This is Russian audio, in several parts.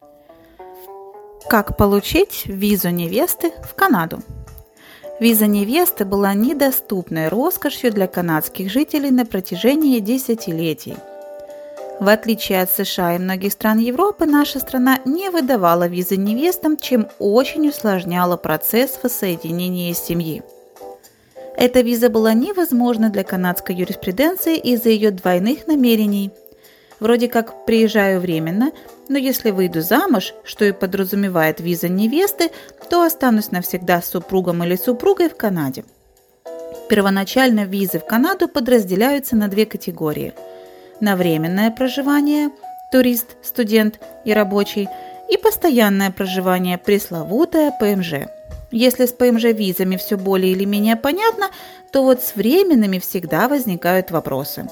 Как получить визу невесты в Канаду? Виза невесты была недоступной роскошью для канадских жителей на протяжении десятилетий. В отличие от США и многих стран Европы, наша страна не выдавала визы невестам, чем очень усложняла процесс воссоединения семьи. Эта виза была невозможна для канадской юриспруденции из-за ее двойных намерений. Вроде как приезжаю временно, но если выйду замуж, что и подразумевает виза невесты, то останусь навсегда с супругом или супругой в Канаде. Первоначально визы в Канаду подразделяются на две категории: на временное проживание – турист, студент и рабочий, и постоянное проживание – пресловутое ПМЖ. Если с ПМЖ-визами все более или менее понятно, то вот с временными всегда возникают вопросы.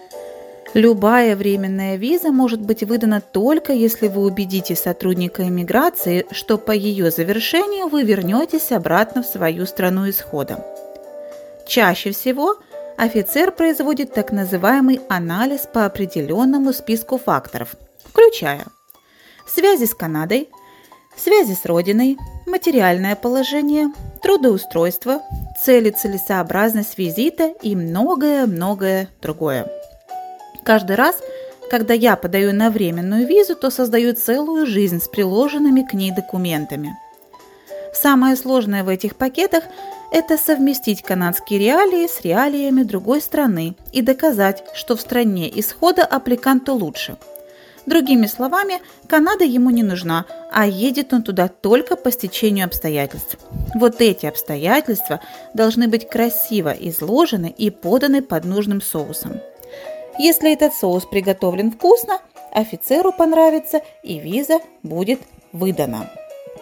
Любая временная виза может быть выдана только если вы убедите сотрудника иммиграции, что по ее завершению вы вернетесь обратно в свою страну исхода. Чаще всего офицер производит так называемый анализ по определенному списку факторов, включая связи с Канадой, связи с родиной, материальное положение, трудоустройство, цели, целесообразность визита и многое-многое другое. Каждый раз, когда я подаю на временную визу, то создаю целую жизнь с приложенными к ней документами. Самое сложное в этих пакетах – это совместить канадские реалии с реалиями другой страны и доказать, что в стране исхода аппликанту лучше. Другими словами, Канада ему не нужна, а едет он туда только по стечению обстоятельств. Вот эти обстоятельства должны быть красиво изложены и поданы под нужным соусом. Если этот соус приготовлен вкусно, офицеру понравится и виза будет выдана.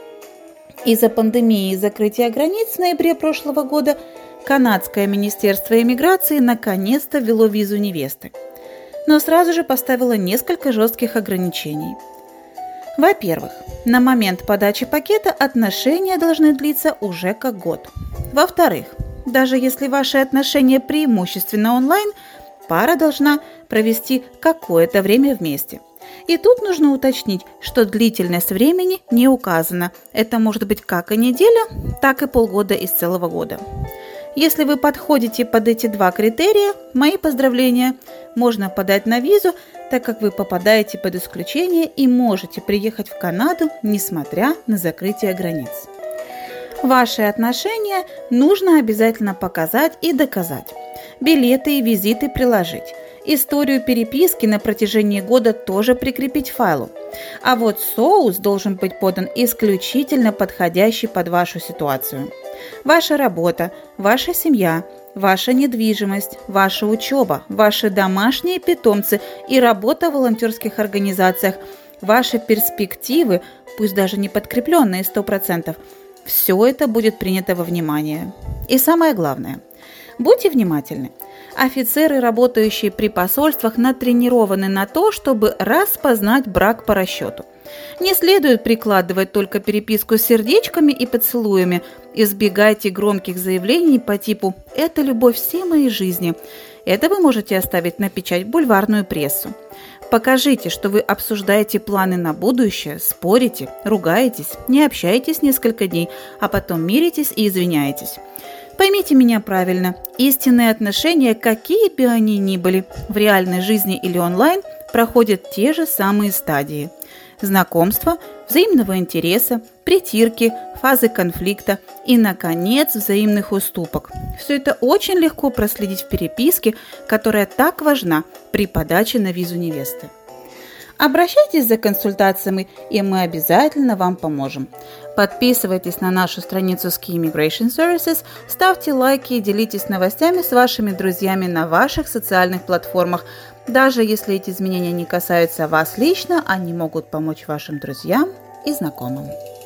Из-за пандемии и закрытия границ в ноябре прошлого года канадское министерство иммиграции наконец-то ввело визу невесты, но сразу же поставило несколько жестких ограничений. Во-первых, на момент подачи пакета отношения должны длиться уже как год. Во-вторых, даже если ваши отношения преимущественно онлайн, пара должна провести какое-то время вместе. И тут нужно уточнить, что длительность времени не указана. Это может быть как и неделя, так и полгода из целого года. Если вы подходите под эти два критерия, мои поздравления. Можно подать на визу, так как вы попадаете под исключение и можете приехать в Канаду, несмотря на закрытие границ. Ваши отношения нужно обязательно показать и доказать. Билеты и визиты приложить. Историю переписки на протяжении года тоже прикрепить к файлу. А вот соус должен быть подан исключительно подходящий под вашу ситуацию. Ваша работа, ваша семья, ваша недвижимость, ваша учеба, ваши домашние питомцы и работа в волонтерских организациях, ваши перспективы, пусть даже не подкрепленные 100%, все это будет принято во внимание. И самое главное, будьте внимательны. Офицеры, работающие при посольствах, натренированы на то, чтобы распознать брак по расчету. Не следует прикладывать только переписку с сердечками и поцелуями. Избегайте громких заявлений по типу «это любовь всей моей жизни». Это вы можете оставить на печать в бульварную прессу. Покажите, что вы обсуждаете планы на будущее, спорите, ругаетесь, не общаетесь несколько дней, а потом миритесь и извиняетесь. Поймите меня правильно, истинные отношения, какие бы они ни были, в реальной жизни или онлайн, проходят те же самые стадии. Знакомства, взаимного интереса, притирки, фазы конфликта и, наконец, взаимных уступок. Все это очень легко проследить в переписке, которая так важна при подаче на визу невесты. Обращайтесь за консультациями, и мы обязательно вам поможем. Подписывайтесь на нашу страницу Ski Immigration Services, ставьте лайки и делитесь новостями с вашими друзьями на ваших социальных платформах. Даже если эти изменения не касаются вас лично, они могут помочь вашим друзьям и знакомым.